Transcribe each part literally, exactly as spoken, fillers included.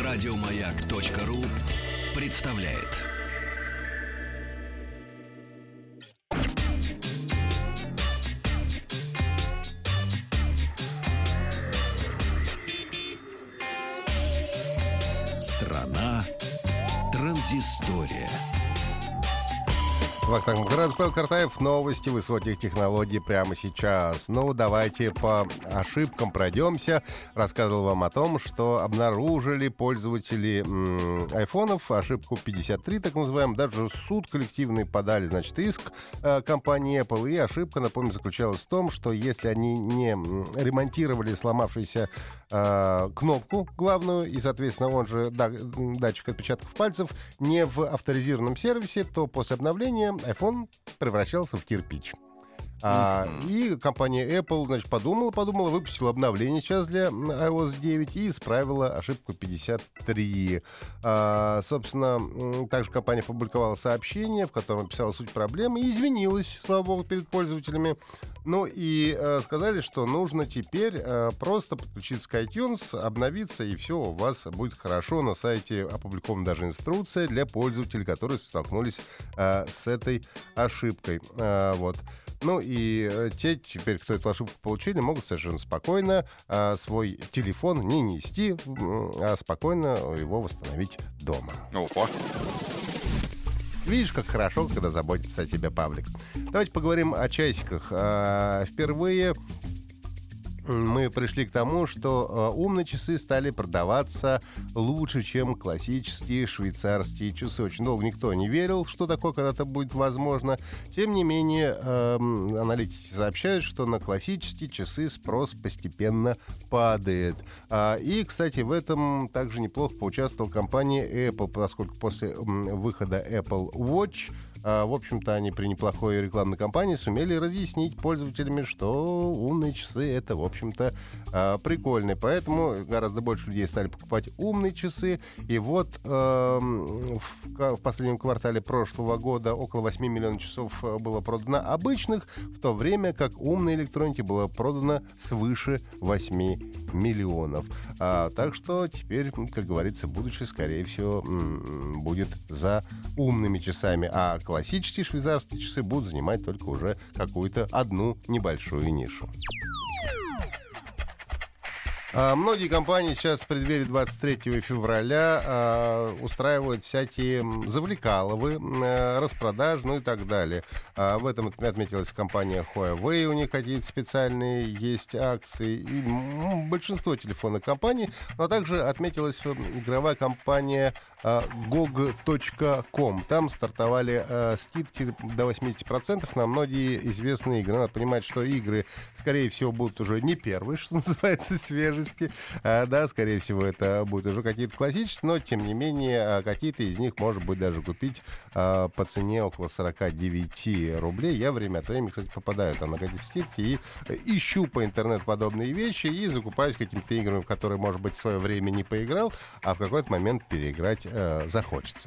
Радиомаяк.ру представляет. Страна транзистория. Вахтанг Махарадзе, Павел Картаев, новости высоких технологий прямо сейчас. Ну, давайте по ошибкам пройдемся. Рассказывал вам о том, что обнаружили пользователи м, айфонов ошибку пятьдесят три, так называемую. Даже в суд коллективный подали, значит, иск э, компании Apple. И ошибка, напомню, заключалась в том, что если они не ремонтировали сломавшуюся э, кнопку главную, и, соответственно, он же да, датчик отпечатков пальцев, не в авторизированном сервисе, то после обновления iPhone превращался в кирпич. А, и компания Apple, значит, подумала, подумала, выпустила обновление сейчас для ай о эс девять и исправила ошибку пятьдесят три. А, собственно, также компания опубликовала сообщение, в котором описала суть проблемы и извинилась, слава богу, перед пользователями. Ну и э, сказали, что нужно теперь э, просто подключиться к iTunes, обновиться, и все у вас будет хорошо. На сайте опубликована даже инструкция для пользователей, которые столкнулись э, с этой ошибкой. Э, вот. Ну и э, те, теперь, кто эту ошибку получили, могут совершенно спокойно э, свой телефон не нести, а спокойно его восстановить дома. Опа. Видишь, как хорошо, когда заботится о тебе Павлик. Давайте поговорим о часиках. А, впервые мы пришли к тому, что умные часы стали продаваться лучше, чем классические швейцарские часы. Очень долго никто не верил, что такое когда-то будет возможно. Тем не менее, эм, аналитики сообщают, что на классические часы спрос постепенно падает. А, и, кстати, в этом также неплохо поучаствовала компания Apple, поскольку после м, выхода Apple Watch, а, в общем-то, они при неплохой рекламной кампании сумели разъяснить пользователям, что умные часы — это, в общем-то, а, прикольно. Поэтому гораздо больше людей стали покупать умные часы. И вот а, в, в последнем квартале прошлого года около восемь миллионов часов было продано обычных, в то время как умной электроники было продано свыше восемь миллионов. А, так что теперь, как говорится, будущее, скорее всего, м- будет за умными часами. А классические швейцарские часы будут занимать только уже какую-то одну небольшую нишу. А, многие компании сейчас в преддверии двадцать третьего февраля а, устраивают всякие завлекаловы, а, распродажи, ну и так далее. А, в этом отметилась компания Huawei, у них какие-то специальные есть акции, и м, большинство телефонных компаний, но также отметилась игровая компания а, джи о джи точка ком. Там стартовали а, скидки до восемьдесят процентов на многие известные игры. Надо понимать, что игры, скорее всего, будут уже не первые, что называется, свежие. А, да, скорее всего, это будут уже какие-то классические, но, тем не менее, какие-то из них, может быть, даже купить а, по цене около сорок девять рублей. Я время от времени, кстати, попадаю там на какие-то скидки и ищу по интернету подобные вещи и закупаюсь какими-то играми, в которые, может быть, в свое время не поиграл, а в какой-то момент переиграть а, захочется.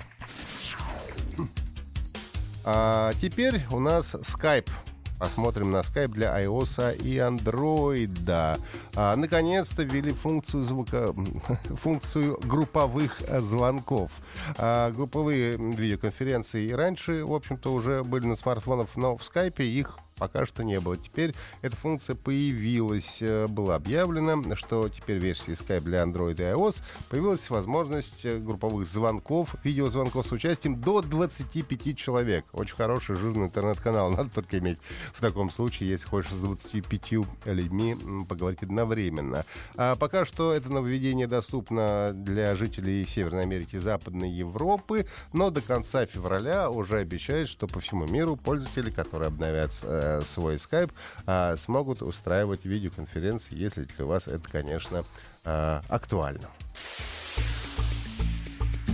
А теперь у нас Skype. Посмотрим на Skype для iOS и Android. А, наконец-то ввели функцию звука, функцию групповых звонков. А, групповые видеоконференции и раньше, в общем-то, уже были на смартфонах, но в Skype их пока что не было. Теперь эта функция появилась. Было объявлено, что теперь в версии Skype для Android и iOS появилась возможность групповых звонков, видеозвонков с участием до двадцати пяти человек. Очень хороший, жирный интернет-канал. Надо только иметь в таком случае, если хочешь с двадцатью пятью людьми поговорить одновременно. А пока что это нововведение доступно для жителей Северной Америки и Западной Европы, но до конца февраля уже обещают, что по всему миру пользователи, которые обновят э, свой Skype, э, смогут устраивать видеоконференции, если для вас это, конечно, э, актуально.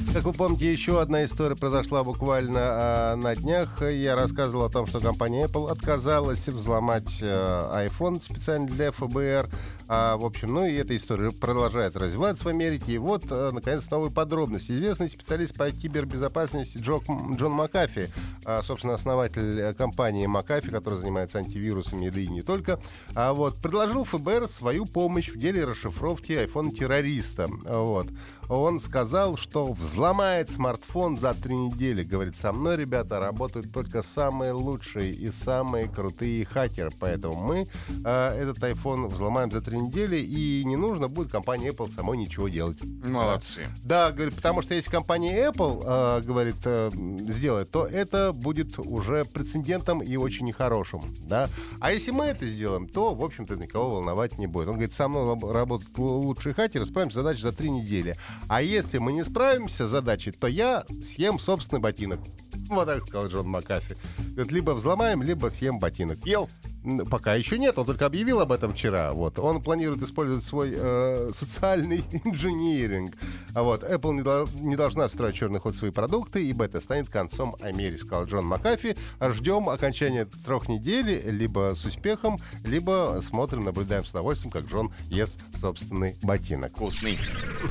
Как вы помните, еще одна история произошла буквально а, на днях. Я рассказывал о том, что компания Apple отказалась взломать а, iPhone специально для эф бэ эр. А, в общем, ну и эта история продолжает развиваться в Америке. И вот, а, наконец, новые подробности. Известный специалист по кибербезопасности Джо, Джон Макафи, а, собственно, основатель компании Макафи, которая занимается антивирусами, да и не только, а, вот, предложил эф бэ эр свою помощь в деле расшифровки айфона-террориста. Вот. Он сказал, что взломает смартфон за три недели. Говорит, со мной, ребята, работают только самые лучшие и самые крутые хакеры. Поэтому мы э, этот iPhone взломаем за три недели, и не нужно будет компании Apple самой ничего делать. Молодцы. Да, говорит, потому что если компания Apple, э, говорит, э, сделает, то это будет уже прецедентом и очень нехорошим. Да? А если мы это сделаем, то, в общем-то, никого волновать не будет. Он говорит, со мной работают лучшие хакеры, справимся с задачей за три недели. А если мы не справимся с задачей, то я съем собственный ботинок. Вот так сказал Джон Макафи. Говорит, либо взломаем, либо съем ботинок. Ел? Пока еще нет, он только объявил об этом вчера. Вот. Он планирует использовать свой э, социальный инжиниринг. А вот. Apple не, до, не должна встраивать черный ход в свои продукты, ибо это станет концом Америки, сказал Джон Макафи. Ждем окончания трех недель, либо с успехом, либо смотрим, наблюдаем с удовольствием, как Джон ест собственный ботинок. Вкусный.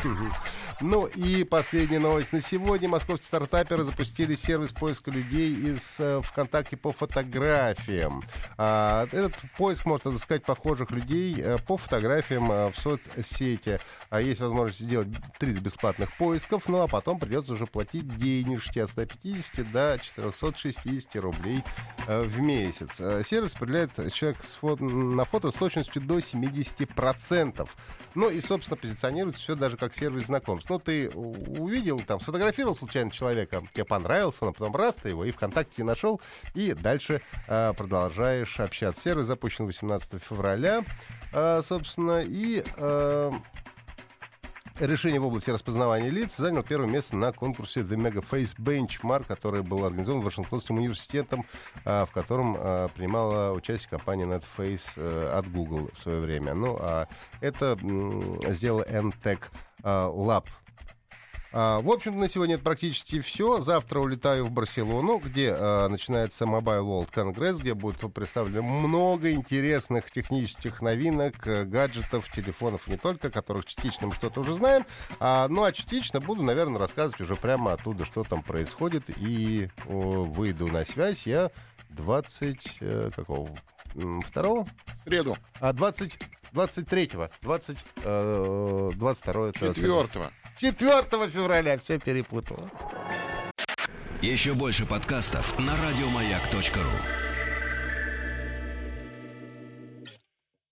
Ну и последняя новость на сегодня. Московские стартаперы запустили сервис поиска людей из э, ВКонтакте по фотографиям. А, этот поиск может отыскать похожих людей э, по фотографиям э, в соцсети. А есть возможность сделать тридцать бесплатных поисков, ну а потом придется уже платить денежки от ста пятидесяти до четырехсот шестидесяти рублей э, в месяц. Э, сервис определяет человека с фото, на фото с точностью до семидесяти процентов. Ну и, собственно, позиционирует все даже как сервис знакомств. Ну, ты увидел, там, сфотографировал случайно человека, тебе понравился, но потом раз, ты его и ВКонтакте нашел, и дальше э, продолжаешь общаться. Сервис запущен восемнадцатого февраля, э, собственно, и... Э, решение в области распознавания лиц занял первое место на конкурсе The Mega Face Benchmark, который был организован Вашингтонским университетом, в котором принимала участие компания NetFace от Google в свое время. Ну, а это сделал эн тек Lab. А, в общем-то, на сегодня это практически все. Завтра улетаю в Барселону, где а, начинается Mobile World Congress, где будет представлено много интересных технических новинок, гаджетов, телефонов не только, которых частично мы что-то уже знаем. А, ну, а частично буду, наверное, рассказывать уже прямо оттуда, что там происходит. И о, выйду на связь я двадцать... Э, какого? Второго? Среду. А, двадцать... двадцать третьего. двадцать... Э, двадцать второго. Четвертого. четвёртого февраля. Все перепутал. Еще больше подкастов на радиомаяк точка ру.